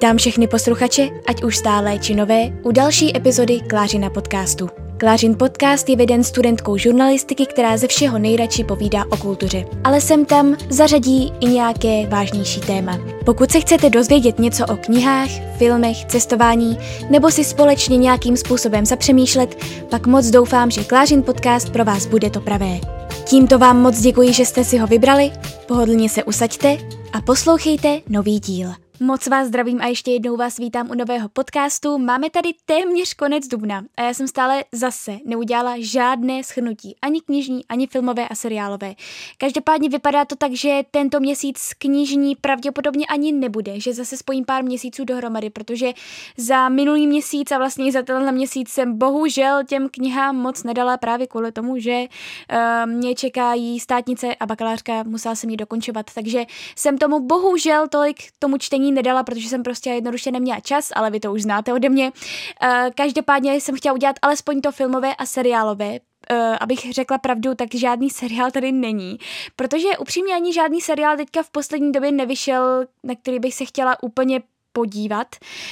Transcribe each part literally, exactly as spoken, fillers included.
Vítám všechny posluchače, ať už stálé či nové, u další epizody Klářina podcastu. Klářin podcast je veden studentkou žurnalistiky, která ze všeho nejradši povídá o kultuře. Ale sem tam zařadí i nějaké vážnější téma. Pokud se chcete dozvědět něco o knihách, filmech, cestování, nebo si společně nějakým způsobem zapřemýšlet, pak moc doufám, že Klářin podcast pro vás bude to pravé. Tímto vám moc děkuji, že jste si ho vybrali, pohodlně se usaďte a poslouchejte nový díl. Moc vás zdravím a ještě jednou vás vítám u nového podcastu. Máme tady téměř konec dubna a já jsem stále zase neudělala žádné shrnutí, ani knižní, ani filmové a seriálové. Každopádně vypadá to tak, že tento měsíc knižní pravděpodobně ani nebude, že zase spojím pár měsíců dohromady, protože za minulý měsíc a vlastně i za tenhle měsíc jsem bohužel těm knihám moc nedala právě kvůli tomu, že uh, mě čekají státnice a bakalářka, musela jsem ji dokončovat, takže jsem tomu bohužel tolik tomu čtení nedala, protože jsem prostě jednoduše neměla čas, ale vy to už znáte ode mě. Každopádně jsem chtěla udělat alespoň to filmové a seriálové. Abych řekla pravdu, tak žádný seriál tady není, protože upřímně ani žádný seriál teďka v poslední době nevyšel, na který bych se chtěla úplně podívat,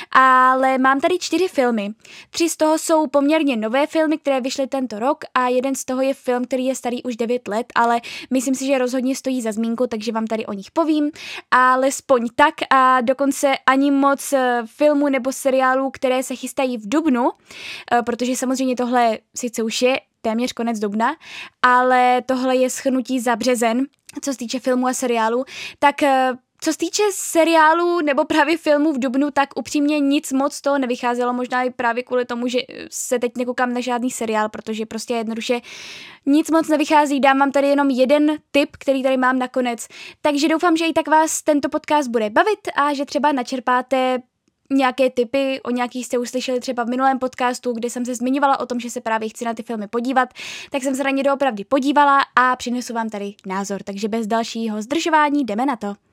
ale mám tady čtyři filmy. Tři z toho jsou poměrně nové filmy, které vyšly tento rok a jeden z toho je film, který je starý už devět let, ale myslím si, že rozhodně stojí za zmínku, takže vám tady o nich povím, alespoň tak a dokonce ani moc filmů nebo seriálů, které se chystají v dubnu, protože samozřejmě tohle sice už je téměř konec dubna, ale tohle je shrnutí za březen, co se týče filmů a seriálů, tak co se týče seriálů nebo právě filmů v dubnu, tak upřímně nic moc toho nevycházelo, možná i právě kvůli tomu, že se teď nekoukám na žádný seriál, protože prostě jednoduše nic moc nevychází, dám vám tady jenom jeden tip, který tady mám nakonec, takže doufám, že i tak vás tento podcast bude bavit a že třeba načerpáte nějaké tipy, o nějakých jste uslyšeli třeba v minulém podcastu, kde jsem se zmiňovala o tom, že se právě chci na ty filmy podívat, tak jsem se na ně doopravdy podívala a přinesu vám tady názor, takže bez dalšího zdržování jdeme na to.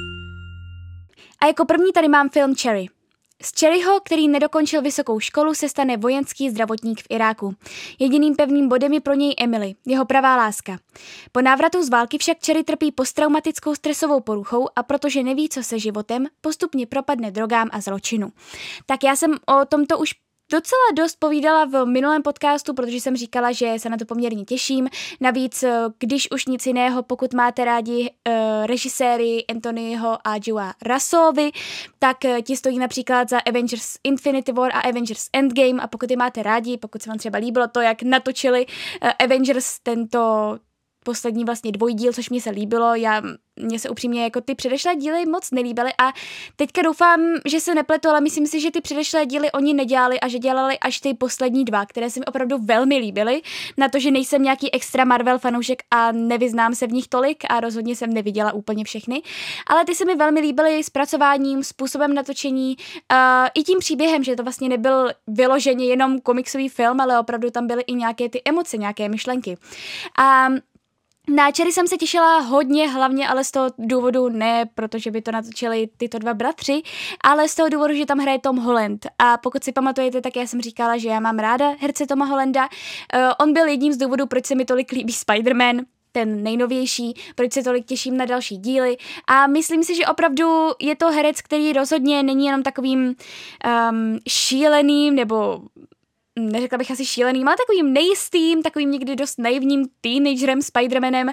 A jako první tady mám film Cherry. Z Cherryho, který nedokončil vysokou školu, se stane vojenský zdravotník v Iráku. Jediným pevným bodem je pro něj Emily, jeho pravá láska. Po návratu z války však Cherry trpí posttraumatickou stresovou poruchou a protože neví, co se životem, postupně propadne drogám a zločinu. Tak já jsem o tomto už docela dost povídala v minulém podcastu, protože jsem říkala, že se na to poměrně těším. Navíc, když už nic jiného, pokud máte rádi uh, režiséry Anthonyho a Joea Russovi, tak uh, ti stojí například za Avengers Infinity War a Avengers Endgame a pokud je máte rádi, pokud se vám třeba líbilo to, jak natočili uh, Avengers tento poslední vlastně dvojdíl, což mě se líbilo, já, mně se upřímně jako ty předešlé díly moc nelíbily a teďka doufám, že se nepletu, ale myslím si, že ty předešlé díly oni nedělali a že dělali až ty poslední dva, které se mi opravdu velmi líbily, na to, že nejsem nějaký extra Marvel fanoušek a nevyznám se v nich tolik a rozhodně jsem neviděla úplně všechny, ale ty se mi velmi líbily zpracováním, způsobem natočení, uh, i tím příběhem, že to vlastně nebyl vyloženě jenom komiksový film, ale opravdu tam byly i nějaké ty emoce, nějaké myšlenky. A na Cherry jsem se těšila hodně, hlavně ale z toho důvodu ne, protože by to natočili tyto dva bratři, ale z toho důvodu, že tam hraje Tom Holland. A pokud si pamatujete, tak já jsem říkala, že já mám ráda herce Toma Hollanda. Uh, on byl jedním z důvodů, proč se mi tolik líbí Spider-Man, ten nejnovější, proč se tolik těším na další díly a myslím si, že opravdu je to herec, který rozhodně není jenom takovým um, šíleným nebo neřekla bych asi šíleným, ale takovým nejistým, takovým někdy dost naivním teenagerem Spider-Manem,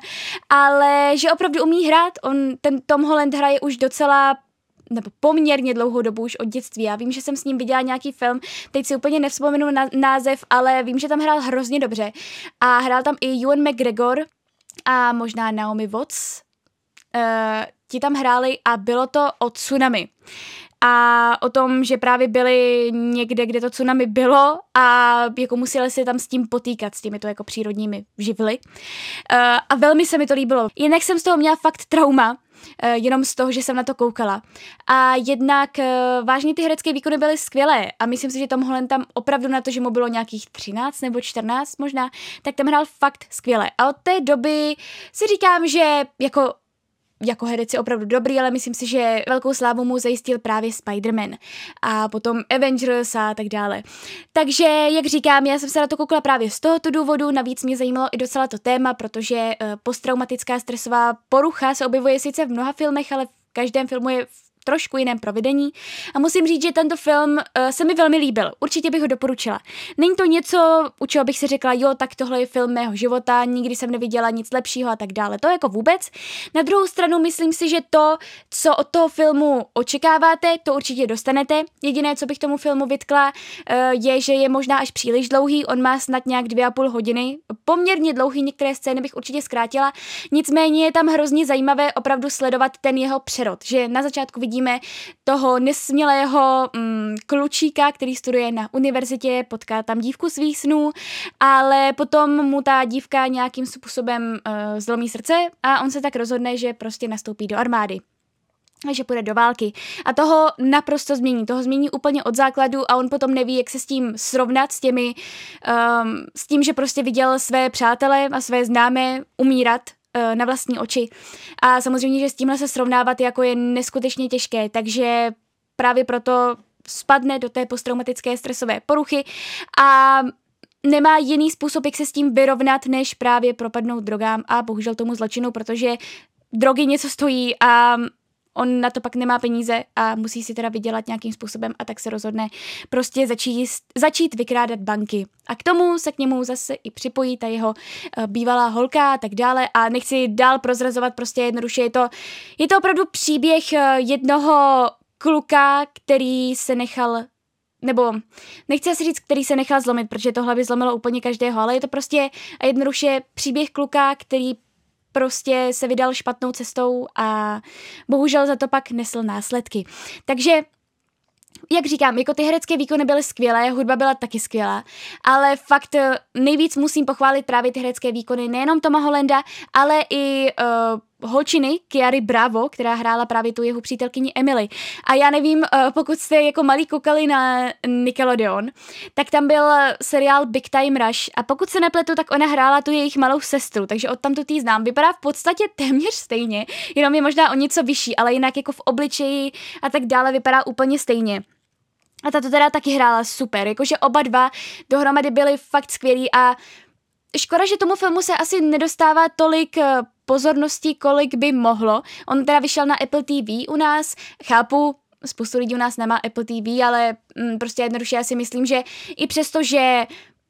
ale že opravdu umí hrát. On, ten Tom Holland hraje už docela nebo poměrně dlouhou dobu už od dětství. Já vím, že jsem s ním viděla nějaký film, teď si úplně nevzpomenu na název, ale vím, že tam hrál hrozně dobře. A hrál tam i Ewan McGregor a možná Naomi Watts. Uh, ti tam hráli a bylo to o tsunami. A o tom, že právě byli někde, kde to tsunami bylo a jako museli se tam s tím potýkat, s těmi to jako přírodními živly. Uh, a velmi se mi to líbilo. Jinak jsem z toho měla fakt trauma, uh, jenom z toho, že jsem na to koukala. A jednak uh, vážně ty herecké výkony byly skvělé a myslím si, že Tom Holland tam opravdu na to, že mu bylo nějakých třináct nebo čtrnáct možná, tak tam hrál fakt skvěle. A od té doby si říkám, že jako jako herec je opravdu dobrý, ale myslím si, že velkou slávu mu zajistil právě Spider-Man a potom Avengers a tak dále. Takže, jak říkám, já jsem se na to koukala právě z tohoto důvodu, navíc mě zajímalo i docela to téma, protože uh, posttraumatická stresová porucha se objevuje sice v mnoha filmech, ale v každém filmu je trošku jiném provedení a musím říct, že tento film uh, se mi velmi líbil. Určitě bych ho doporučila. Není to něco, u čeho bych si řekla, jo, tak tohle je film mého života, nikdy jsem neviděla nic lepšího a tak dále. To jako vůbec. Na druhou stranu myslím si, že to, co od toho filmu očekáváte, to určitě dostanete. Jediné, co bych tomu filmu vytkla, uh, je, že je možná až příliš dlouhý. On má snad nějak dvě a půl hodiny. Poměrně dlouhý, některé scény bych určitě zkrátila. Nicméně je tam hrozně zajímavé opravdu sledovat ten jeho přerod, že na začátku vidíme toho nesmělého mm, klučíka, který studuje na univerzitě, potká tam dívku svých snů, ale potom mu ta dívka nějakým způsobem uh, zlomí srdce a on se tak rozhodne, že prostě nastoupí do armády. Že půjde do války. A toho naprosto změní. Toho změní úplně od základu a on potom neví, jak se s tím srovnat, s těmi, um, s tím, že prostě viděl své přátele a své známé umírat uh, na vlastní oči. A samozřejmě, že s tímhle se srovnávat jako je neskutečně těžké, takže právě proto spadne do té posttraumatické stresové poruchy a nemá jiný způsob, jak se s tím vyrovnat, než právě propadnout drogám a bohužel tomu zločinu, protože drogy něco stojí a on na to pak nemá peníze a musí si teda vydělat nějakým způsobem a tak se rozhodne prostě začít, začít vykrádat banky. A k tomu se k němu zase i připojí ta jeho uh, bývalá holka a tak dále a nechci dál prozrazovat, prostě jednoduše je to, je to opravdu příběh uh, jednoho kluka, který se nechal, nebo nechci asi říct, který se nechal zlomit, protože tohle by zlomilo úplně každého, ale je to prostě a jednoduše příběh kluka, který prostě se vydal špatnou cestou a bohužel za to pak nesl následky. Takže, jak říkám, jako ty herecké výkony byly skvělé, hudba byla taky skvělá, ale fakt nejvíc musím pochválit právě ty herecké výkony nejenom Toma Hollanda, ale i uh, holčiny Chiary Bravo, která hrála právě tu jeho přítelkyni Emily. A já nevím, uh, pokud jste jako malí koukali na Nickelodeon, tak tam byl seriál Big Time Rush a pokud se nepletu, tak ona hrála tu jejich malou sestru, takže odtamtud jí znám. Vypadá v podstatě téměř stejně, jenom je možná o něco vyšší, ale jinak jako v obličeji a tak dále vypadá úplně stejně. A ta to teda taky hrála super, jakože oba dva dohromady byli fakt skvělí a škoda, že tomu filmu se asi nedostává tolik pozornosti, kolik by mohlo. On teda vyšel na Apple T V u nás, chápu, spoustu lidí u nás nemá Apple T V, ale mm, prostě jednoduše já si myslím, že i přesto, že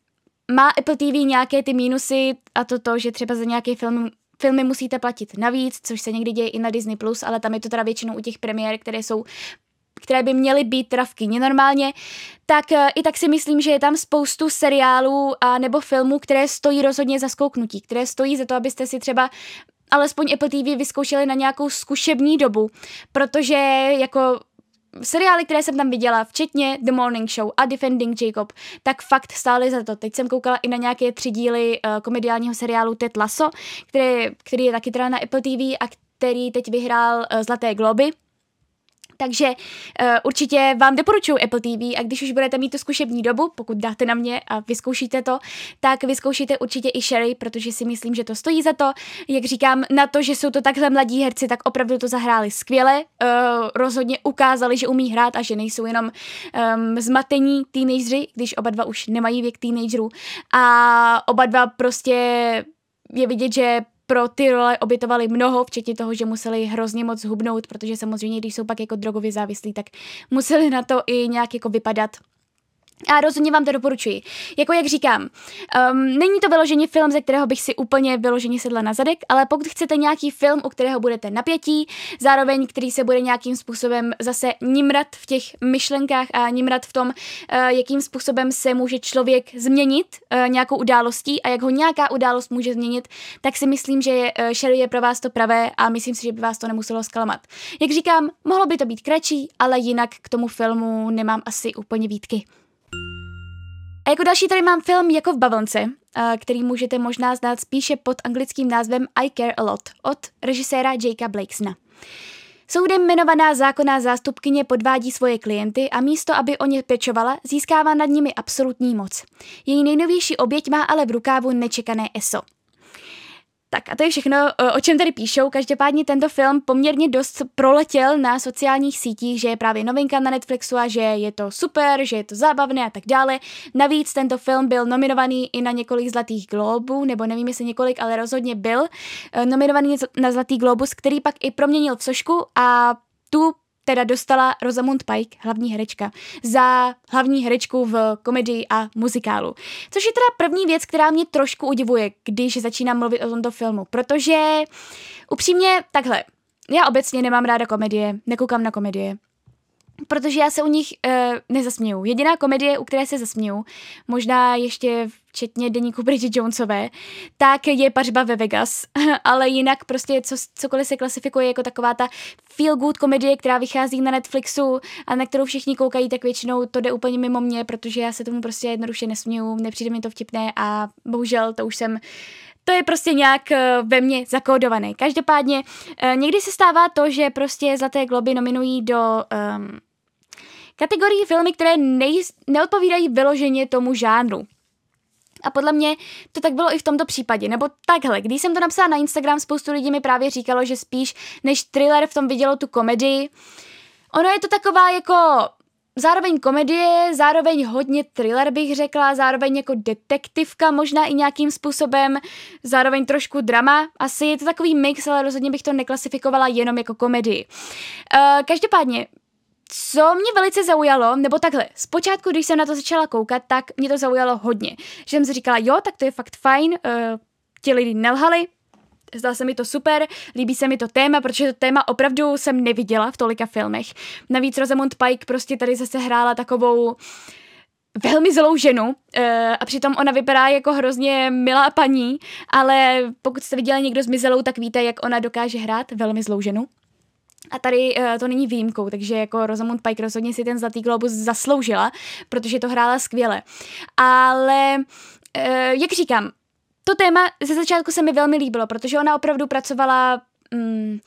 má Apple T V nějaké ty mínusy a to to, že třeba za nějaký film filmy musíte platit navíc, což se někdy děje i na Disney plus, ale tam je to teda většinou u těch premiér, které jsou které by měly být teda v kině normálně, tak uh, i tak si myslím, že je tam spoustu seriálů a nebo filmů, které stojí rozhodně za zkouknutí, které stojí za to, abyste si třeba alespoň Apple T V vyzkoušeli na nějakou zkušební dobu, protože jako seriály, které jsem tam viděla, včetně The Morning Show a Defending Jacob, tak fakt stály za to. Teď jsem koukala i na nějaké tři díly uh, komediálního seriálu Ted Lasso, který, který je taky teda na Apple T V a který teď vyhrál uh, Zlaté globy. Takže uh, určitě vám doporučuji Apple T V a když už budete mít tu zkušební dobu, pokud dáte na mě a vyzkoušíte to, tak vyzkoušíte určitě i Sherry, protože si myslím, že to stojí za to. Jak říkám, na to, že jsou to takhle mladí herci, tak opravdu to zahráli skvěle. Uh, rozhodně ukázali, že umí hrát a že nejsou jenom um, zmatení teenageři, když oba dva už nemají věk teenagerů. A oba dva prostě je vidět, že pro ty role obětovali mnoho, včetně toho, že museli hrozně moc hubnout, protože samozřejmě, když jsou pak jako drogově závislí, tak museli na to i nějak jako vypadat. A rozhodně vám to doporučuji. Jako jak říkám, um, není to vyloženě film, ze kterého bych si úplně vyloženě sedla na zadek, ale pokud chcete nějaký film, u kterého budete napětí, zároveň který se bude nějakým způsobem zase nimrat v těch myšlenkách a nimrat v tom, uh, jakým způsobem se může člověk změnit uh, nějakou událostí a jak ho nějaká událost může změnit, tak si myslím, že uh, Sherry je pro vás to pravé a myslím si, že by vás to nemuselo zklamat. Jak říkám, mohlo by to být kratší, ale jinak k tomu filmu nemám asi úplně výtky. A jako další tady mám film Jako v bavlnce, který můžete možná znát spíše pod anglickým názvem I Care a Lot od režiséra Jakea Blakesona. Soudem jmenovaná zákonná zástupkyně podvádí svoje klienty a místo, aby o ně pečovala, získává nad nimi absolutní moc. Její nejnovější oběť má ale v rukávu nečekané eso. Tak a to je všechno, o čem tady píšou. Každopádně tento film poměrně dost proletěl na sociálních sítích, že je právě novinka na Netflixu a že je to super, že je to zábavné a tak dále. Navíc tento film byl nominovaný i na několik Zlatých glóbů, nebo nevím jestli několik, ale rozhodně byl nominovaný na Zlatý glóbus, který pak i proměnil v sošku a tu teda dostala Rosamund Pike, hlavní herečka, za hlavní herečku v komedii a muzikálu. Což je teda první věc, která mě trošku udivuje, když začínám mluvit o tomto filmu, protože upřímně takhle, já obecně nemám ráda komedie, nekoukám na komedie, protože já se u nich uh, nezasměju. Jediná komedie, u které se zasměju, možná ještě včetně deníku Bridget Jonesové, tak je Pařba ve Vegas, ale jinak prostě co, cokoliv se klasifikuje jako taková ta feel good komedie, která vychází na Netflixu a na kterou všichni koukají, tak většinou to jde úplně mimo mě, protože já se tomu prostě jednoduše nesměju, nepřijde mi to vtipné a bohužel to už jsem To je prostě nějak ve mně zakódované. Každopádně někdy se stává to, že prostě Zlaté globy nominují do um, kategorii filmy, které nej, neodpovídají vyloženě tomu žánru. A podle mě to tak bylo i v tomto případě. Nebo takhle, když jsem to napsala na Instagram, spoustu lidí mi právě říkalo, že spíš než thriller v tom vidělo tu komedii. Ono je to taková jako zároveň komedie, zároveň hodně thriller bych řekla, zároveň jako detektivka možná i nějakým způsobem, zároveň trošku drama. Asi je to takový mix, ale rozhodně bych to neklasifikovala jenom jako komedii. Uh, každopádně, co mě velice zaujalo, nebo takhle, zpočátku, když jsem na to začala koukat, tak mě to zaujalo hodně. Že jsem si říkala, jo, tak to je fakt fajn, uh, ti lidi nelhali, zdá se mi to super, líbí se mi to téma, protože to téma opravdu jsem neviděla v tolika filmech. Navíc Rosamund Pike prostě tady zase hrála takovou velmi zlou ženu uh, a přitom ona vypadá jako hrozně milá paní, ale pokud jste viděli někdo Zmizelou, tak víte, jak ona dokáže hrát velmi zlou ženu. A tady uh, to není výjimkou, takže jako Rosamund Pike rozhodně si ten Zlatý glóbus zasloužila, protože to hrála skvěle. Ale uh, jak říkám, to téma ze začátku se mi velmi líbilo, protože ona opravdu pracovala, mm,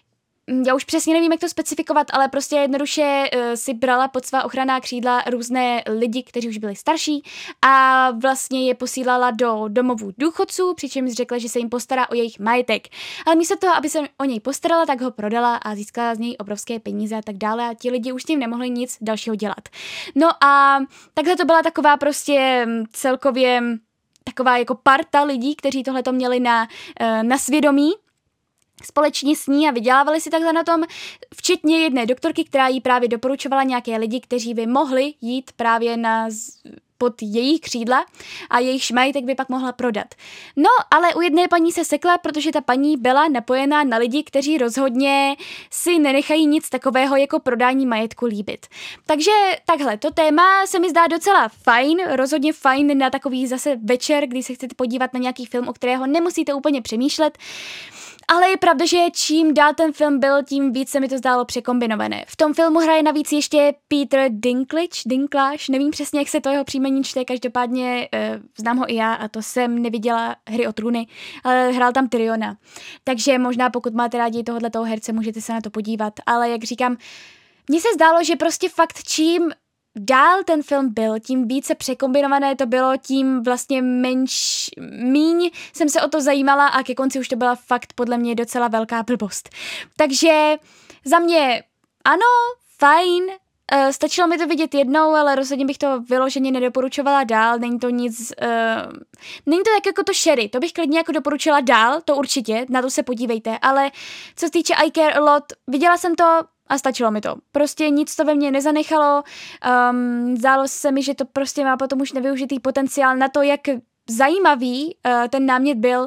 já už přesně nevím, jak to specifikovat, ale prostě jednoduše uh, si brala pod svá ochranná křídla různé lidi, kteří už byli starší a vlastně je posílala do domovů důchodců, přičemž řekla, že se jim postará o jejich majetek. Ale místo toho, aby se o něj postarala, tak ho prodala a získala z něj obrovské peníze a tak dále a ti lidi už s tím nemohli nic dalšího dělat. No a takhle to byla taková prostě celkově taková jako parta lidí, kteří tohleto měli na, na svědomí společně s ní a vydělávali si takhle na tom, včetně jedné doktorky, která jí právě doporučovala nějaké lidi, kteří by mohli jít právě na pod jejich křídla a jejich majetek by pak mohla prodat. No, ale u jedné paní se sekla, protože ta paní byla napojená na lidi, kteří rozhodně si nenechají nic takového jako prodání majetku líbit. Takže takhle, to téma se mi zdá docela fajn, rozhodně fajn na takový zase večer, kdy se chcete podívat na nějaký film, o kterého nemusíte úplně přemýšlet. Ale je pravda, že čím dál ten film byl, tím víc se mi to zdálo překombinované. V tom filmu hraje navíc ještě Peter Dinklage, Dinklage, nevím přesně, jak se to jeho příjmení čte, každopádně eh, znám ho i já a to jsem neviděla Hry o trůny, ale hrál tam Tyriona. Takže možná pokud máte rádi tohoto herce, můžete se na to podívat, ale jak říkám, mně se zdálo, že prostě fakt čím dál ten film byl, tím více překombinované to bylo, tím vlastně menš, míň jsem se o to zajímala a ke konci už to byla fakt podle mě docela velká blbost. Takže za mě ano, fajn, uh, stačilo mi to vidět jednou, ale rozhodně bych to vyloženě nedoporučovala dál, není to nic, uh, není to tak jako to Sherry, to bych klidně jako doporučila dál, to určitě, na to se podívejte, ale co se týče I Care a Lot, viděla jsem to a stačilo mi to. Prostě nic to ve mně nezanechalo. Um, zdálo se mi, že to prostě má potom už nevyužitý potenciál na to, jak zajímavý uh, ten námět byl.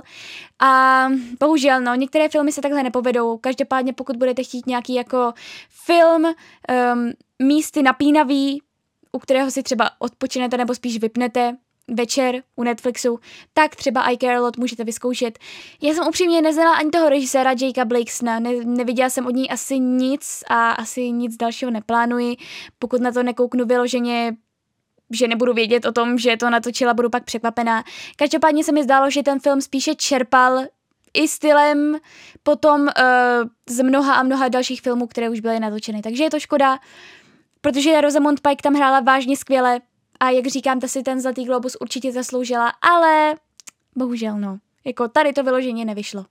A bohužel, no, některé filmy se takhle nepovedou. Každopádně, pokud budete chtít nějaký jako film, um, místy napínavý, u kterého si třeba odpočinete nebo spíš vypnete večer u Netflixu, tak třeba I Care a Lot můžete vyzkoušet. Já jsem upřímně neznala ani toho režiséra Jakea Blakesona, ne, neviděla jsem od něj asi nic a asi nic dalšího neplánuji. Pokud na to nekouknu vyloženě, že nebudu vědět o tom, že to natočila, budu pak překvapená. Každopádně se mi zdálo, že ten film spíše čerpal i stylem potom uh, z mnoha a mnoha dalších filmů, které už byly natočeny. Takže je to škoda, protože Rosamund Pike tam hrála vážně skvěle. A jak říkám, ta si ten Zlatý glóbus určitě zasloužila, ale bohužel no, jako tady to vyloženě nevyšlo.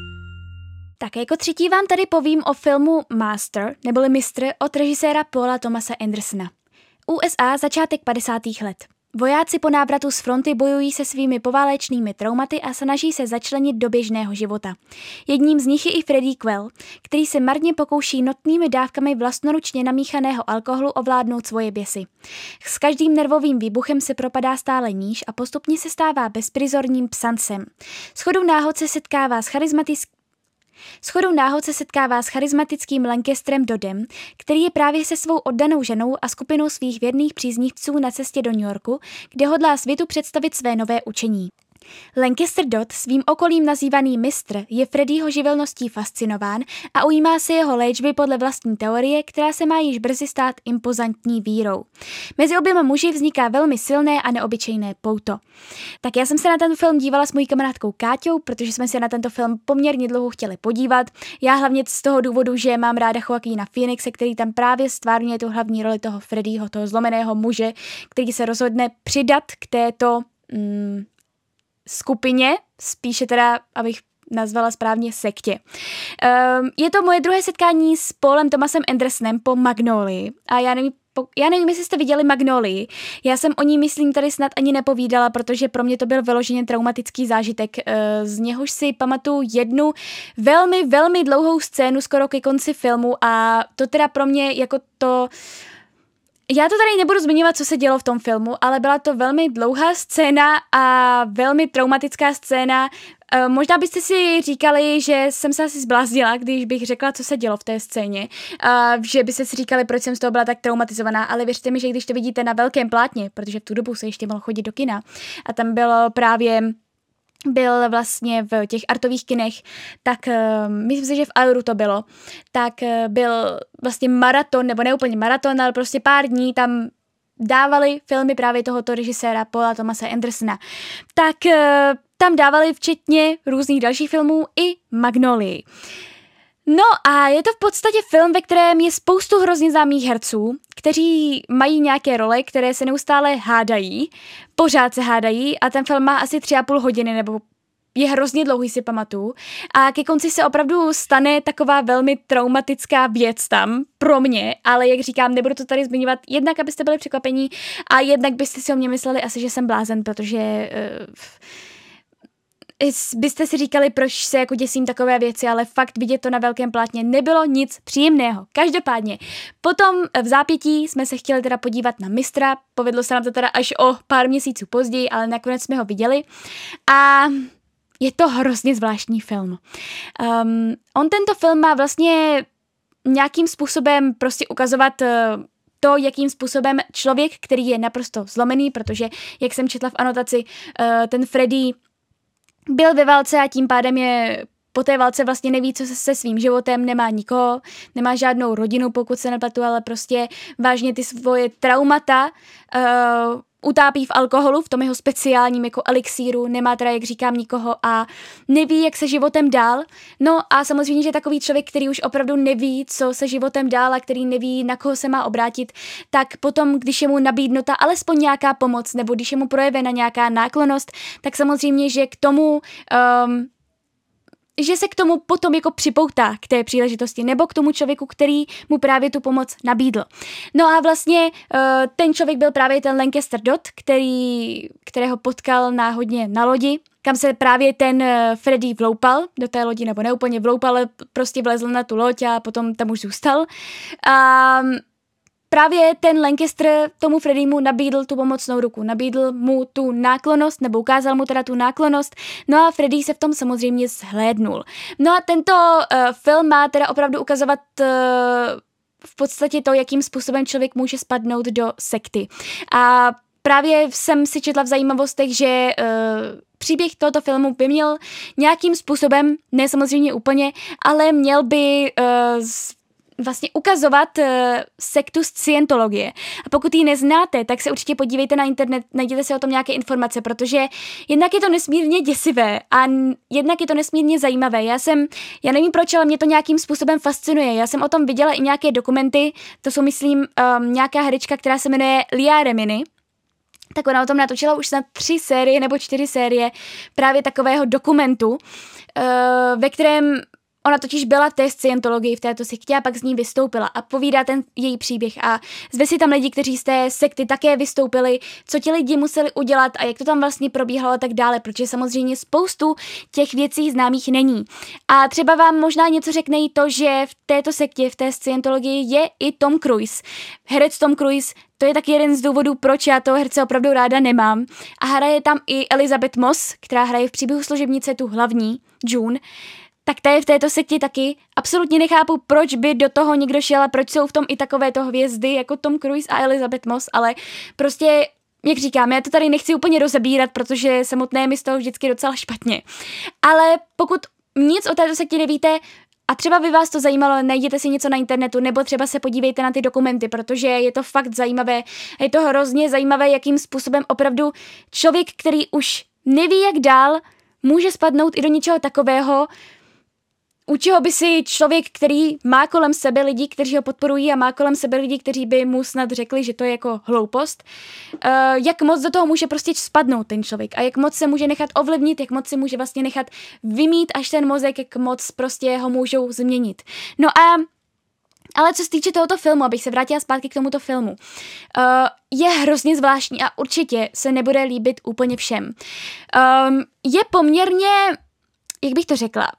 Tak jako třetí vám tady povím o filmu Master, neboli Mistr, od režiséra Paula Thomase Andersona. U S A začátek padesátých let. Vojáci po návratu z fronty bojují se svými poválečnými traumaty a snaží se začlenit do běžného života. Jedním z nich je i Freddie Quell, který se marně pokouší notnými dávkami vlastnoručně namíchaného alkoholu ovládnout svoje běsy. S každým nervovým výbuchem se propadá stále níž a postupně se stává bezprizorním psancem. Shodou náhod se setkává s charizmatickým Shodou náhod se setkává s charismatickým Lancasterem Doddem, který je právě se svou oddanou ženou a skupinou svých věrných příznivců na cestě do New Yorku, kde hodlá světu představit své nové učení. Lancaster Dodd, svým okolím nazývaný mistr, je Freddieho živelností fascinován a ujímá se jeho léčby podle vlastní teorie, která se má již brzy stát impozantní vírou. Mezi oběma muži vzniká velmi silné a neobyčejné pouto. Tak já jsem se na ten film dívala s mojí kamarádkou Káťou, protože jsme se na tento film poměrně dlouho chtěli podívat. Já hlavně z toho důvodu, že mám ráda Joaquina Phoenixe, který tam právě stvárňuje tu hlavní roli toho Freddieho, toho zlomeného muže, který se rozhodne přidat k této mm, skupině, spíše teda, abych nazvala správně sektě. Um, je to moje druhé setkání s Paulem Thomasem Andersonem po Magnolii a já nevím, po, já nevím, jestli jste viděli Magnolii. Já jsem o ní, myslím, tady snad ani nepovídala, protože pro mě to byl vyloženě traumatický zážitek. Uh, z něhož si pamatuju jednu velmi, velmi dlouhou scénu skoro ke konci filmu a to teda pro mě jako to... Já to tady nebudu zmiňovat, co se dělo v tom filmu, ale byla to velmi dlouhá scéna a velmi traumatická scéna. E, možná byste si říkali, že jsem se asi zbláznila, když bych řekla, co se dělo v té scéně. E, že byste si říkali, proč jsem z toho byla tak traumatizovaná, ale věřte mi, že když to vidíte na velkém plátně, protože v tu dobu se ještě mohlo chodit do kina a tam bylo právě... byl vlastně v těch artových kinech, tak uh, myslím si, že v Euru to bylo, tak uh, byl vlastně maraton, nebo ne úplně maraton, ale prostě pár dní tam dávali filmy právě tohoto režiséra Paula Thomase Andersona. Tak uh, tam dávali včetně různých dalších filmů i Magnolii. No a je to v podstatě film, ve kterém je spoustu hrozně známých herců, kteří mají nějaké role, které se neustále hádají, pořád se hádají a ten film má asi tři a půl hodiny, nebo je hrozně dlouhý, si pamatuju. A ke konci se opravdu stane taková velmi traumatická věc tam pro mě, ale jak říkám, nebudu to tady zmiňovat, jednak abyste byli překvapení a jednak byste si o mě mysleli asi, že jsem blázen, protože... Uh, byste si říkali, proč se jako děsím takové věci, ale fakt vidět to na velkém plátně nebylo nic příjemného. Každopádně, potom v zápětí jsme se chtěli teda podívat na mistra, povedlo se nám to teda až o pár měsíců později, ale nakonec jsme ho viděli a je to hrozně zvláštní film. Um, on tento film má vlastně nějakým způsobem prostě ukazovat uh, to, jakým způsobem člověk, který je naprosto zlomený, protože, jak jsem četla v anotaci, uh, ten Freddie byl ve válce a tím pádem je po té válce vlastně neví, co se, se svým životem, nemá nikoho, nemá žádnou rodinu, pokud se nepletu, ale prostě vážně ty svoje traumata uh, utápí v alkoholu, v tom jeho speciálním jako elixíru, nemá teda, jak říkám, nikoho a neví, jak se životem dál. No a samozřejmě, že takový člověk, který už opravdu neví, co se životem dál a který neví, na koho se má obrátit, tak potom, když je mu nabídnuta alespoň nějaká pomoc, nebo když je mu projevena nějaká náklonnost, tak samozřejmě, že k tomu... Um, že se k tomu potom jako připoutá k té příležitosti, nebo k tomu člověku, který mu právě tu pomoc nabídl. No a vlastně uh, ten člověk byl právě ten Lancaster Dodd, který, kterého potkal náhodně na lodi, kam se právě ten uh, Freddie vloupal do té lodi, nebo neúplně vloupal, ale prostě vlezl na tu loď a potom tam už zůstal. A um, právě ten Lancaster tomu Freddiemu nabídl tu pomocnou ruku, nabídl mu tu náklonnost, nebo ukázal mu teda tu náklonnost, no a Freddie se v tom samozřejmě zhlédnul. No a tento uh, film má teda opravdu ukazovat uh, v podstatě to, jakým způsobem člověk může spadnout do sekty. A právě jsem si četla v zajímavostech, že uh, příběh tohoto filmu by měl nějakým způsobem, ne samozřejmě úplně, ale měl by uh, vlastně ukazovat uh, sektu Scientologie. A pokud ji neznáte, tak se určitě podívejte na internet, najděte si o tom nějaké informace, protože jednak je to nesmírně děsivé a n- jednak je to nesmírně zajímavé. Já jsem, já nevím proč, ale mě to nějakým způsobem fascinuje. Já jsem o tom viděla i nějaké dokumenty, to jsou, myslím, um, nějaká herečka, která se jmenuje Leah Remini, tak ona o tom natočila už snad tři série nebo čtyři série právě takového dokumentu, uh, ve kterém Ona totiž byla v té scientologii, v této sektě a pak z ní vystoupila a povídá ten její příběh a zve si tam lidi, kteří z té sekty také vystoupili, co ti lidi museli udělat a jak to tam vlastně probíhalo a tak dále, protože samozřejmě spoustu těch věcí známých není. A třeba vám možná něco řekne i to, že v této sektě, v té scientologii je i Tom Cruise. Herec Tom Cruise, to je taky jeden z důvodů, proč já toho herce opravdu ráda nemám. A hraje tam i Elizabeth Moss, která hraje v Příběhu služebnice tu hlavní, June. Tak ta je v této sektě taky. Absolutně nechápu, proč by do toho někdo šel a proč jsou v tom i takovéto hvězdy jako Tom Cruise a Elizabeth Moss, ale prostě, jak říkám, já to tady nechci úplně rozebírat, protože samotné mi z toho vždycky docela špatně. Ale pokud nic o této sektě nevíte, a třeba by vás to zajímalo, najděte si něco na internetu, nebo třeba se podívejte na ty dokumenty, protože je to fakt zajímavé. Je to hrozně zajímavé, jakým způsobem opravdu člověk, který už neví, jak dál, může spadnout i do něčeho takového, u čeho by si člověk, který má kolem sebe lidi, kteří ho podporují a má kolem sebe lidi, kteří by mu snad řekli, že to je jako hloupost, uh, jak moc do toho může prostě spadnout ten člověk a jak moc se může nechat ovlivnit, jak moc se může vlastně nechat vymít až ten mozek, jak moc prostě ho můžou změnit. No a ale co se týče tohoto filmu, abych se vrátila zpátky k tomuto filmu, uh, je hrozně zvláštní a určitě se nebude líbit úplně všem. Um, je poměrně, jak bych to řekla,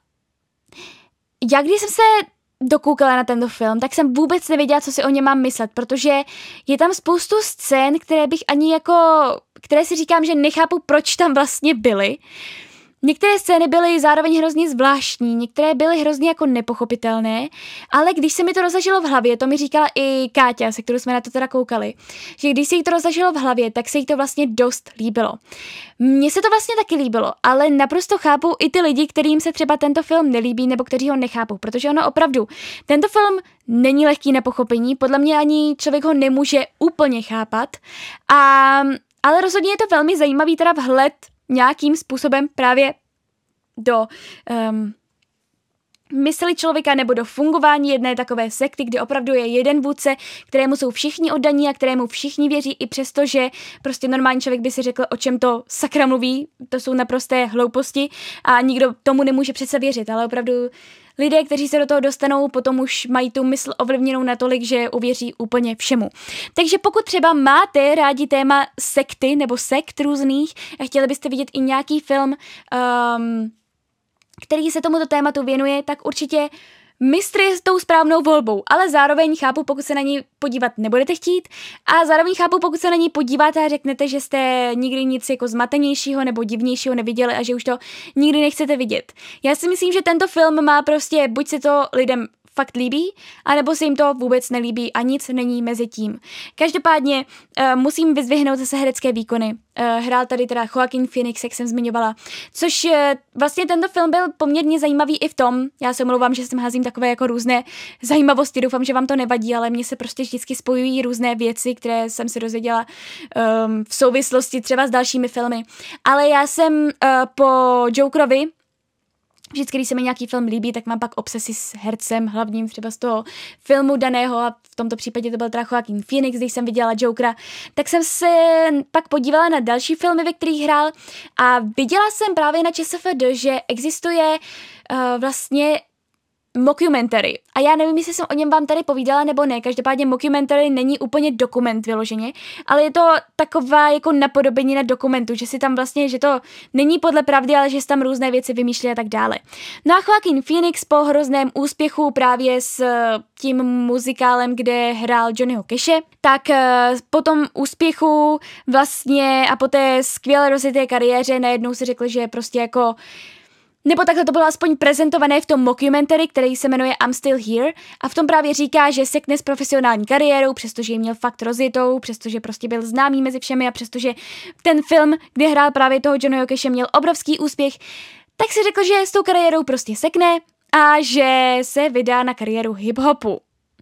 já když jsem se dokoukala na tento film, tak jsem vůbec nevěděla, co si o něm mám myslet, protože je tam spoustu scén, které bych ani jako, které si říkám, že nechápu, proč tam vlastně byly. Některé scény byly zároveň hrozně zvláštní, některé byly hrozně jako nepochopitelné, ale když se mi to rozleželo v hlavě, to mi říkala i Káťa, se kterou jsme na to teda koukali, že když se jí to rozleželo v hlavě, tak se jí to vlastně dost líbilo. Mně se to vlastně taky líbilo, ale naprosto chápu i ty lidi, kterým se třeba tento film nelíbí nebo kteří ho nechápou, protože ono opravdu, tento film není lehký na pochopení, podle mě ani člověk ho nemůže úplně chápat, a, ale rozhodně je to velmi zajímavý teda vhled nějakým způsobem právě do um, mysli člověka nebo do fungování jedné takové sekty, kde opravdu je jeden vůdce, kterému jsou všichni oddaní a kterému všichni věří, i přesto, že prostě normální člověk by si řekl, o čem to sakra mluví, to jsou naprosté hlouposti a nikdo tomu nemůže přece věřit, ale opravdu lidé, kteří se do toho dostanou, potom už mají tu mysl ovlivněnou natolik, že uvěří úplně všemu. Takže pokud třeba máte rádi téma sekty nebo sekt různých a chtěli byste vidět i nějaký film, um, který se tomuto tématu věnuje, tak určitě Mistr je s tou správnou volbou, ale zároveň chápu, pokud se na ní podívat nebudete chtít, a zároveň chápu, pokud se na ní podíváte a řeknete, že jste nikdy nic jako zmatenějšího nebo divnějšího neviděli a že už to nikdy nechcete vidět. Já si myslím, že tento film má prostě, buď se to lidem fakt líbí, anebo se jim to vůbec nelíbí a nic není mezi tím. Každopádně uh, musím vyzdvihnout zase herecké výkony. Uh, hrál tady teda Joaquin Phoenix, jak jsem zmiňovala, což uh, vlastně tento film byl poměrně zajímavý i v tom, já se omlouvám, že jsem házím takové jako různé zajímavosti, doufám, že vám to nevadí, ale mně se prostě vždycky spojují různé věci, které jsem se dozvěděla um, v souvislosti třeba s dalšími filmy. Ale já jsem uh, po Jokerovi, vždycky, když se mi nějaký film líbí, tak mám pak obsesi s hercem hlavním třeba z toho filmu daného, a v tomto případě to byl teda Joaquin Phoenix, když jsem viděla Jokera, tak jsem se pak podívala na další filmy, ve kterých hrál, a viděla jsem právě na ČSFD, že existuje uh, vlastně mockumentary. A já nevím, jestli jsem o něm vám tady povídala nebo ne, každopádně mockumentary není úplně dokument vyloženě, ale je to taková jako napodobenina dokumentu, že si tam vlastně, že to není podle pravdy, ale že si tam různé věci vymýšlí a tak dále. No a Joaquin Phoenix po hrozném úspěchu právě s tím muzikálem, kde hrál Johnnyho Cashe, tak po tom úspěchu vlastně a po té skvěle rozjeté kariéře najednou si řekl, že prostě jako nebo takhle to bylo aspoň prezentované v tom mockumentary, který se jmenuje I'm Still Here, a v tom právě říká, že sekne s profesionální kariérou, přestože ji měl fakt rozjetou, přestože prostě byl známý mezi všemi a přestože ten film, kde hrál právě toho Johnnyho Cashe, měl obrovský úspěch, tak si řekl, že s tou kariérou prostě sekne a že se vydá na kariéru hip-hopu.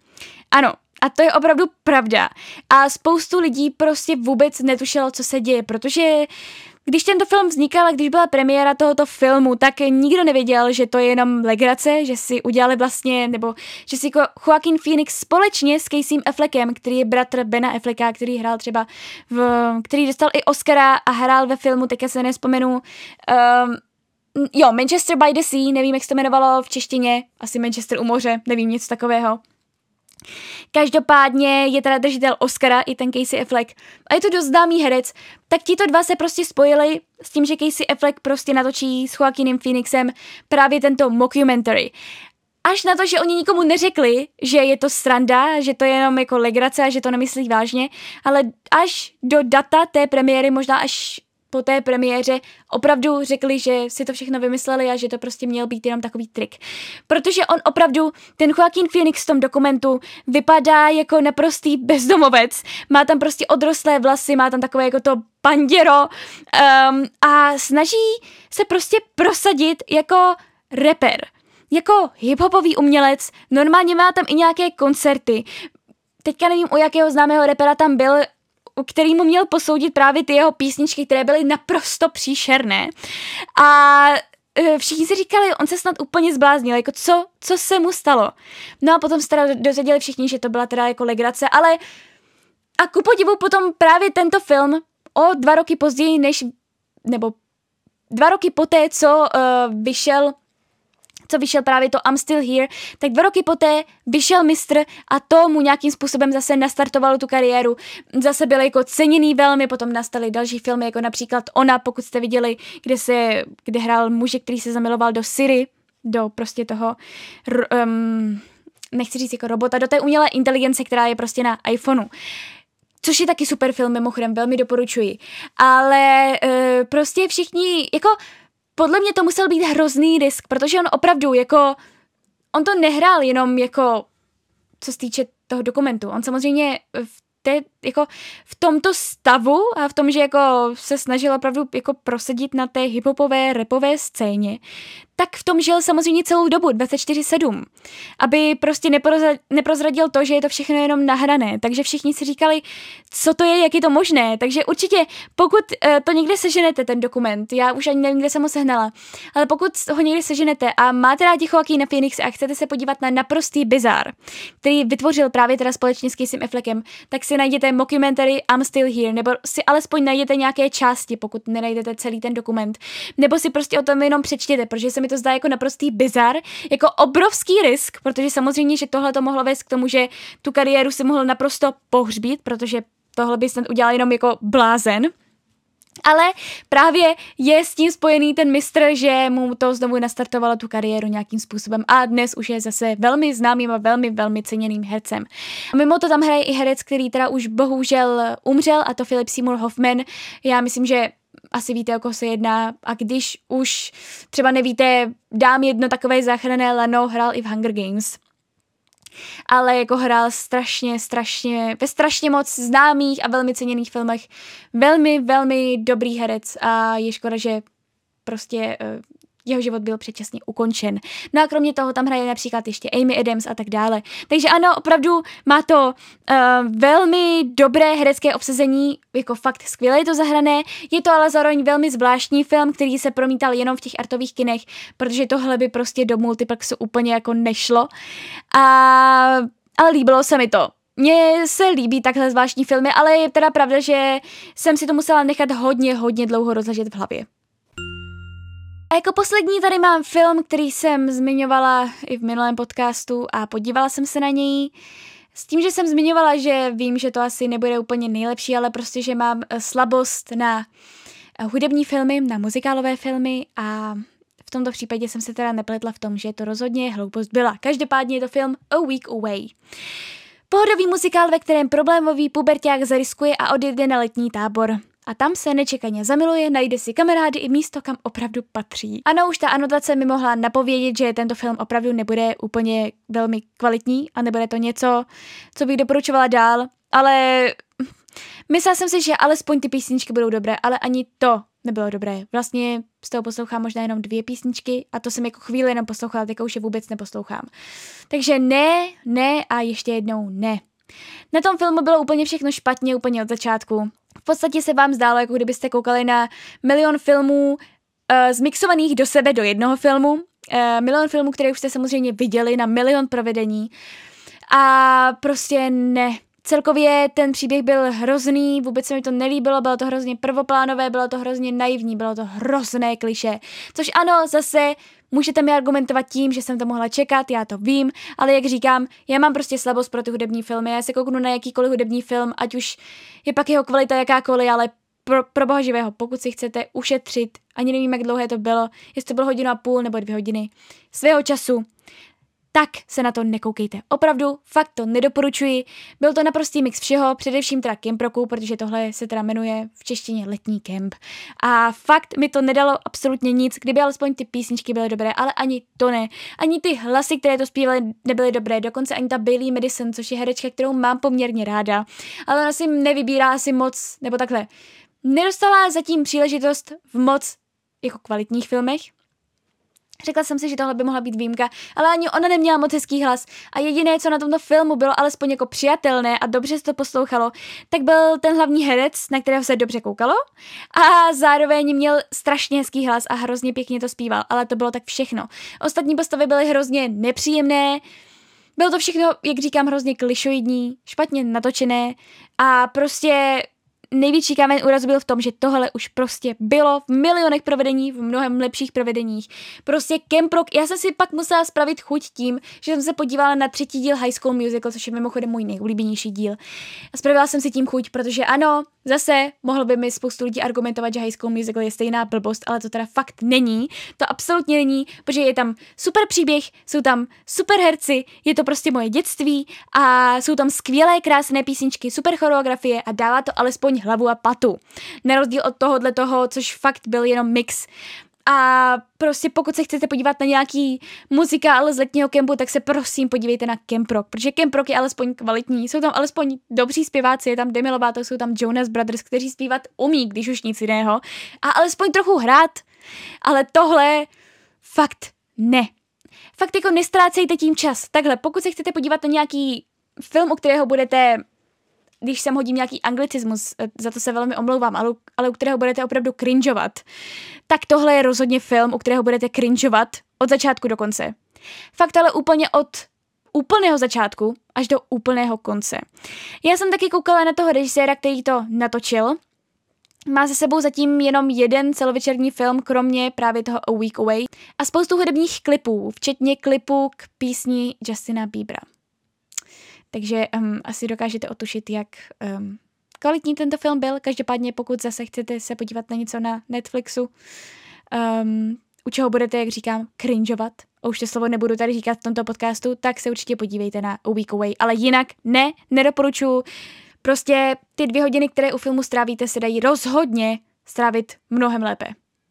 Ano, a to je opravdu pravda. A spoustu lidí prostě vůbec netušilo, co se děje, protože když tento film vznikal a když byla premiéra tohoto filmu, tak nikdo nevěděl, že to je jenom legrace, že si udělali vlastně, nebo že si Joaquin Phoenix společně s Casey Affleckem, který je bratr Bena Afflecka, který hrál třeba v, který dostal i Oscara a hrál ve filmu, teďka se nespomenu, um, jo, Manchester by the Sea, nevím, jak se to jmenovalo v češtině, asi Manchester u moře, nevím, něco takového. Každopádně je teda držitel Oscara, i ten Casey Affleck, a je to dost známý herec, tak tito dva se prostě spojili s tím, že Casey Affleck prostě natočí s Joaquinem Phoenixem právě tento mockumentary. Až na to, že oni nikomu neřekli, že je to sranda, že to je jenom jako legrace a že to nemyslí vážně, ale až do data té premiéry, možná až po té premiéře opravdu řekli, že si to všechno vymysleli a že to prostě měl být jenom takový trik. Protože on opravdu, ten Joaquin Phoenix v tom dokumentu vypadá jako naprostý bezdomovec, má tam prostě odrostlé vlasy, má tam takové jako to banděro um, a snaží se prostě prosadit jako rapper, jako hiphopový umělec, normálně má tam i nějaké koncerty. Teďka nevím, u jakého známého rapera tam byl, který mu měl posoudit právě ty jeho písničky, které byly naprosto příšerné. A e, všichni si říkali, on se snad úplně zbláznil, jako co, co se mu stalo. No a potom se teda dozvěděli všichni, že to byla teda jako legrace, ale a ku podivu potom právě tento film o dva roky později, než, nebo dva roky poté, co uh, vyšel co vyšel právě to I'm Still Here, tak dva roky poté vyšel mistr a to mu nějakým způsobem zase nastartovalo tu kariéru. Zase byl jako ceněný velmi, potom nastaly další filmy, jako například Ona, pokud jste viděli, kde se, kde hrál muže, který se zamiloval do Siri, do prostě toho, um, nechci říct jako robota, do té umělé inteligence, která je prostě na iPhoneu. Což je taky super film, mimochodem, velmi doporučuji. Ale uh, prostě všichni, jako podle mě to musel být hrozný risk, protože on opravdu jako, on to nehrál jenom jako, co se týče toho dokumentu. On samozřejmě v té, jako v tomto stavu a v tom, že jako se snažil opravdu jako prosadit na té hiphopové, rapové scéně, tak v tom žil samozřejmě celou dobu, dvacet čtyři sedm, aby prostě neprozradil, neprozradil to, že je to všechno jenom nahrané, takže všichni si říkali, co to je, jak je to možné, takže určitě, pokud uh, to někde seženete, ten dokument, já už ani nevím, kde jsem ho sehnala, ale pokud ho někde seženete a máte rádi Joaquina Phoenixe a chcete se podívat na naprostý bizár, který vytvořil právě teda společně s Casey Affleckem, tak si najděte mockumentary I'm Still Here, nebo si alespoň najděte nějaké části, pokud nenajdete celý ten dokument, nebo si prostě o tom jenom přečtěte, protože se mi to zdá jako naprostý bizar, jako obrovský risk, protože samozřejmě, že tohle to mohlo vést k tomu, že tu kariéru si mohl naprosto pohřbít, protože tohle by snad udělal jenom jako blázen. Ale právě je s tím spojený ten mistr, že mu to znovu nastartovalo tu kariéru nějakým způsobem a dnes už je zase velmi známým a velmi, velmi ceněným hercem. A mimo to tam hraje i herec, který teda už bohužel umřel, a to Philip Seymour Hoffman. Já myslím, že asi víte, o koho se jedná, a když už třeba nevíte, dám jedno takové záchranné lano, hrál i v Hunger Games. Ale jako hrál strašně, strašně, ve strašně moc známých a velmi ceněných filmech. Velmi, velmi dobrý herec a je škoda, že prostě uh, jeho život byl předčasně ukončen. No a kromě toho tam hraje například ještě Amy Adams a tak dále. Takže ano, opravdu má to uh, velmi dobré herecké obsazení, jako fakt skvěle je to zahrané. Je to ale zároveň velmi zvláštní film, který se promítal jenom v těch artových kinech, protože tohle by prostě do multiplexu úplně jako nešlo. A, ale líbilo se mi to. Mně se líbí takhle zvláštní filmy, ale je teda pravda, že jsem si to musela nechat hodně, hodně dlouho rozležet v hlavě. A jako poslední tady mám film, který jsem zmiňovala i v minulém podcastu a podívala jsem se na něj. S tím, že jsem zmiňovala, že vím, že to asi nebude úplně nejlepší, ale prostě, že mám slabost na hudební filmy, na muzikálové filmy a v tomto případě jsem se teda nepletla v tom, že to rozhodně hloupost byla. Každopádně je to film A Week Away. Pohodový muzikál, ve kterém problémový puberťák zariskuje a odjede na letní tábor. A tam se nečekaně zamiluje, najde si kamarády i místo, kam opravdu patří. Ano, už ta anotace mi mohla napovědět, že tento film opravdu nebude úplně velmi kvalitní a nebude to něco, co bych doporučovala dál, ale myslela jsem si, že alespoň ty písničky budou dobré, ale ani to nebylo dobré. Vlastně z toho poslouchám možná jenom dvě písničky a to jsem jako chvíli jenom poslouchala, tak už je vůbec neposlouchám. Takže ne, ne a ještě jednou ne. Na tom filmu bylo úplně všechno špatně, úplně od začátku. V podstatě se vám zdálo, jako kdybyste koukali na milion filmů uh, zmixovaných do sebe do jednoho filmu. Uh, milion filmů, které už jste samozřejmě viděli na milion provedení. A prostě ne. Celkově ten příběh byl hrozný, vůbec se mi to nelíbilo, bylo to hrozně prvoplánové, bylo to hrozně naivní, bylo to hrozné klišé. Což ano, zase můžete mi argumentovat tím, že jsem to mohla čekat, já to vím, ale jak říkám, já mám prostě slabost pro ty hudební filmy, já se kouknu na jakýkoliv hudební film, ať už je pak jeho kvalita jakákoliv, ale pro, pro boha živého, pokud si chcete ušetřit, ani nevím, jak dlouhé to bylo, jestli to bylo hodinu a půl nebo dvě hodiny svého času, tak se na to nekoukejte. Opravdu, fakt to nedoporučuji. Byl to naprostý mix všeho, především teda Camp Rocku, protože tohle se teda jmenuje v češtině Letní kemp. A fakt mi to nedalo absolutně nic, kdyby alespoň ty písničky byly dobré, ale ani to ne. Ani ty hlasy, které to zpívaly, nebyly dobré, dokonce ani ta Bailee Madison, což je herečka, kterou mám poměrně ráda, ale ona si nevybírá asi moc, nebo takhle. Nedostala zatím příležitost v moc jako kvalitních filmech. Řekla jsem si, že tohle by mohla být výjimka, ale ani ona neměla moc hezký hlas a jediné, co na tomto filmu bylo alespoň jako přijatelné a dobře se to poslouchalo, tak byl ten hlavní herec, na kterého se dobře koukalo a zároveň měl strašně hezký hlas a hrozně pěkně to zpíval, ale to bylo tak všechno. Ostatní postavy byly hrozně nepříjemné, bylo to všechno, jak říkám, hrozně klišoidní, špatně natočené a prostě největší kámen úrazu byl v tom, že tohle už prostě bylo v milionech provedení, v mnohem lepších provedeních. Prostě Camp Rock, já jsem si pak musela spravit chuť tím, že jsem se podívala na třetí díl High School Musical, což je mimochodem můj nejoblíbenější díl. A spravila jsem si tím chuť, protože ano, zase mohlo by mi spoustu lidí argumentovat, že High School Musical je stejná blbost, ale to teda fakt není. To absolutně není, protože je tam super příběh, jsou tam super herci, je to prostě moje dětství a jsou tam skvělé, krásné písničky, super choreografie a dává to alespoň hlavu a patu. Na rozdíl od tohohle toho, což fakt byl jenom mix. A prostě pokud se chcete podívat na nějaký muzikál z letního kempu, tak se prosím podívejte na Camp Rock, protože Camp Rock je alespoň kvalitní, jsou tam alespoň dobří zpěváci, je tam Demi Lovato, jsou tam Jonas Brothers, kteří zpívat umí, když už nic jiného, a alespoň trochu hrát, ale tohle fakt ne. Fakt jako nestrácejte tím čas. Takhle, pokud se chcete podívat na nějaký film, u kterého budete, když sem hodím nějaký anglicismus, za to se velmi omlouvám, ale, ale u kterého budete opravdu cringeovat, tak tohle je rozhodně film, u kterého budete cringeovat od začátku do konce. Fakt ale úplně od úplného začátku až do úplného konce. Já jsem taky koukala na toho režiséra, který to natočil. Má za sebou zatím jenom jeden celovečerní film, kromě právě toho A Week Away, a spoustu hudebních klipů, včetně klipu k písni Justina Biebera. Takže um, asi dokážete otušit, jak um, kvalitní tento film byl. Každopádně, pokud zase chcete se podívat na něco na Netflixu, um, u čeho budete, jak říkám, cringeovat, a už to slovo nebudu tady říkat v tomto podcastu, tak se určitě podívejte na A Week Away. Ale jinak ne, nedoporučuji. Prostě ty dvě hodiny, které u filmu strávíte, se dají rozhodně strávit mnohem lépe.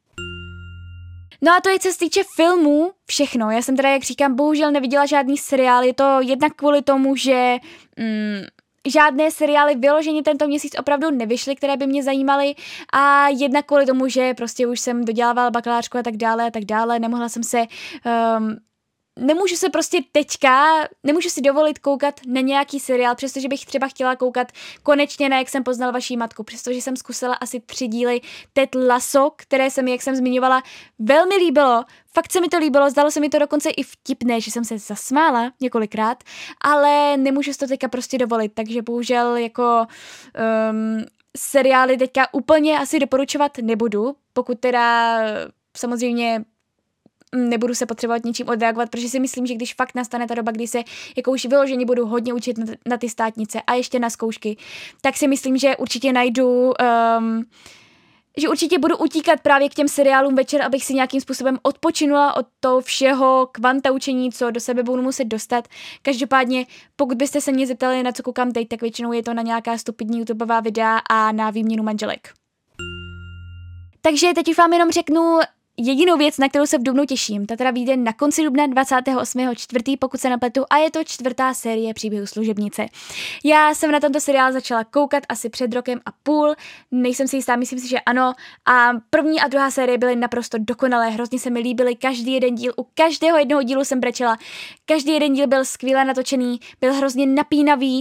No a to je, co se týče filmů, všechno. Já jsem teda, jak říkám, bohužel neviděla žádný seriál. Je to jednak kvůli tomu, že mm, žádné seriály vyloženě tento měsíc opravdu nevyšly, které by mě zajímaly, a jednak kvůli tomu, že prostě už jsem dodělávala bakalářku a tak dále a tak dále. Nemohla jsem se... Um, Nemůžu se prostě teďka, nemůžu si dovolit koukat na nějaký seriál, přestože bych třeba chtěla koukat konečně na Jak jsem poznal vaší matku, přestože jsem zkusila asi tři díly Ted Lasso, které se mi, jak jsem zmiňovala, velmi líbilo. Fakt se mi to líbilo, zdalo se mi to dokonce i vtipné, že jsem se zasmála několikrát, ale nemůžu si to teďka prostě dovolit, takže bohužel jako um, seriály teďka úplně asi doporučovat nebudu, pokud teda samozřejmě nebudu se potřebovat ničím odreagovat, protože si myslím, že když fakt nastane ta doba, kdy se jako už vyloženě budu hodně učit na, na ty státnice a ještě na zkoušky, tak si myslím, že určitě najdu, um, že určitě budu utíkat právě k těm seriálům večer, abych si nějakým způsobem odpočinula od toho všeho kvanta učení, co do sebe budu muset dostat. Každopádně, pokud byste se mě zeptali, na co koukám teď, tak většinou je to na nějaká stupidní YouTubeová videa a na výměnu manželek. Takže teď už vám jenom řeknu jedinou věc, na kterou se v dubnu těším. Ta teda vyjde na konci dubna dvacátého osmého čtvrtého pokud se nepletu, a je to čtvrtá série Příběhu služebnice. Já jsem na tento seriál začala koukat asi před rokem a půl, nejsem si jistá, myslím si, že ano, a první a druhá série byly naprosto dokonalé, hrozně se mi líbily každý jeden díl, u každého jednoho dílu jsem brečela, každý jeden díl byl skvěle natočený, byl hrozně napínavý,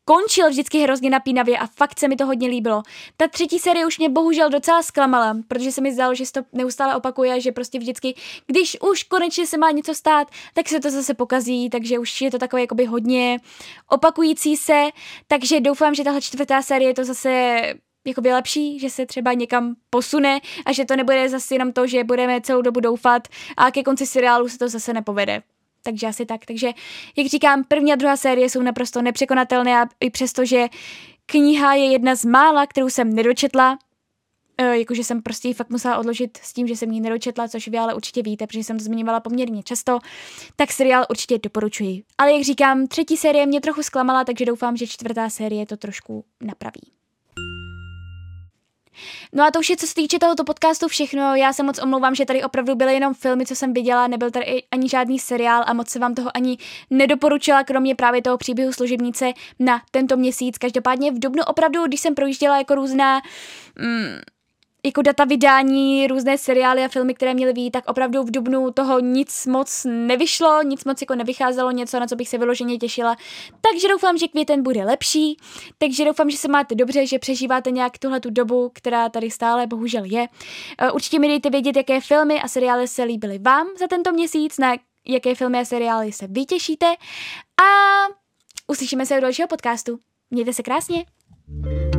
končil vždycky hrozně napínavě a fakt se mi to hodně líbilo. Ta třetí série už mě bohužel docela zklamala, protože se mi zdálo, že se to neustále opakuje, že prostě vždycky, když už konečně se má něco stát, tak se to zase pokazí, takže už je to takové jakoby hodně opakující se, takže doufám, že tahle čtvrtá série je to zase jakoby lepší, že se třeba někam posune a že to nebude zase jenom to, že budeme celou dobu doufat a ke konci seriálu se to zase nepovede. Takže asi tak. Takže, jak říkám, první a druhá série jsou naprosto nepřekonatelné a i přesto, že kniha je jedna z mála, kterou jsem nedočetla, e, jakože jsem prostě ji fakt musela odložit s tím, že jsem ji nedočetla, což vy ale určitě víte, protože jsem to zmiňovala poměrně často, tak seriál určitě doporučuji. Ale jak říkám, třetí série mě trochu zklamala, takže doufám, že čtvrtá série to trošku napraví. No a to už je, co se týče tohoto podcastu, všechno. Já se moc omlouvám, že tady opravdu byly jenom filmy, co jsem viděla, nebyl tady ani žádný seriál a moc se vám toho ani nedoporučila, kromě právě toho Příběhu služebnice na tento měsíc. Každopádně v dubnu opravdu, když jsem projížděla jako různá mm, jako data vydání, různé seriály a filmy, které měly vyjít, tak opravdu v dubnu toho nic moc nevyšlo, nic moc jako nevycházelo, něco, na co bych se vyloženě těšila. Takže doufám, že květen bude lepší, takže doufám, že se máte dobře, že přežíváte nějak tuhletu dobu, která tady stále bohužel je. Určitě mi dejte vědět, jaké filmy a seriály se líbily vám za tento měsíc, na jaké filmy a seriály se vy těšíte a uslyšíme se u dalšího podcastu. Mějte se krásně!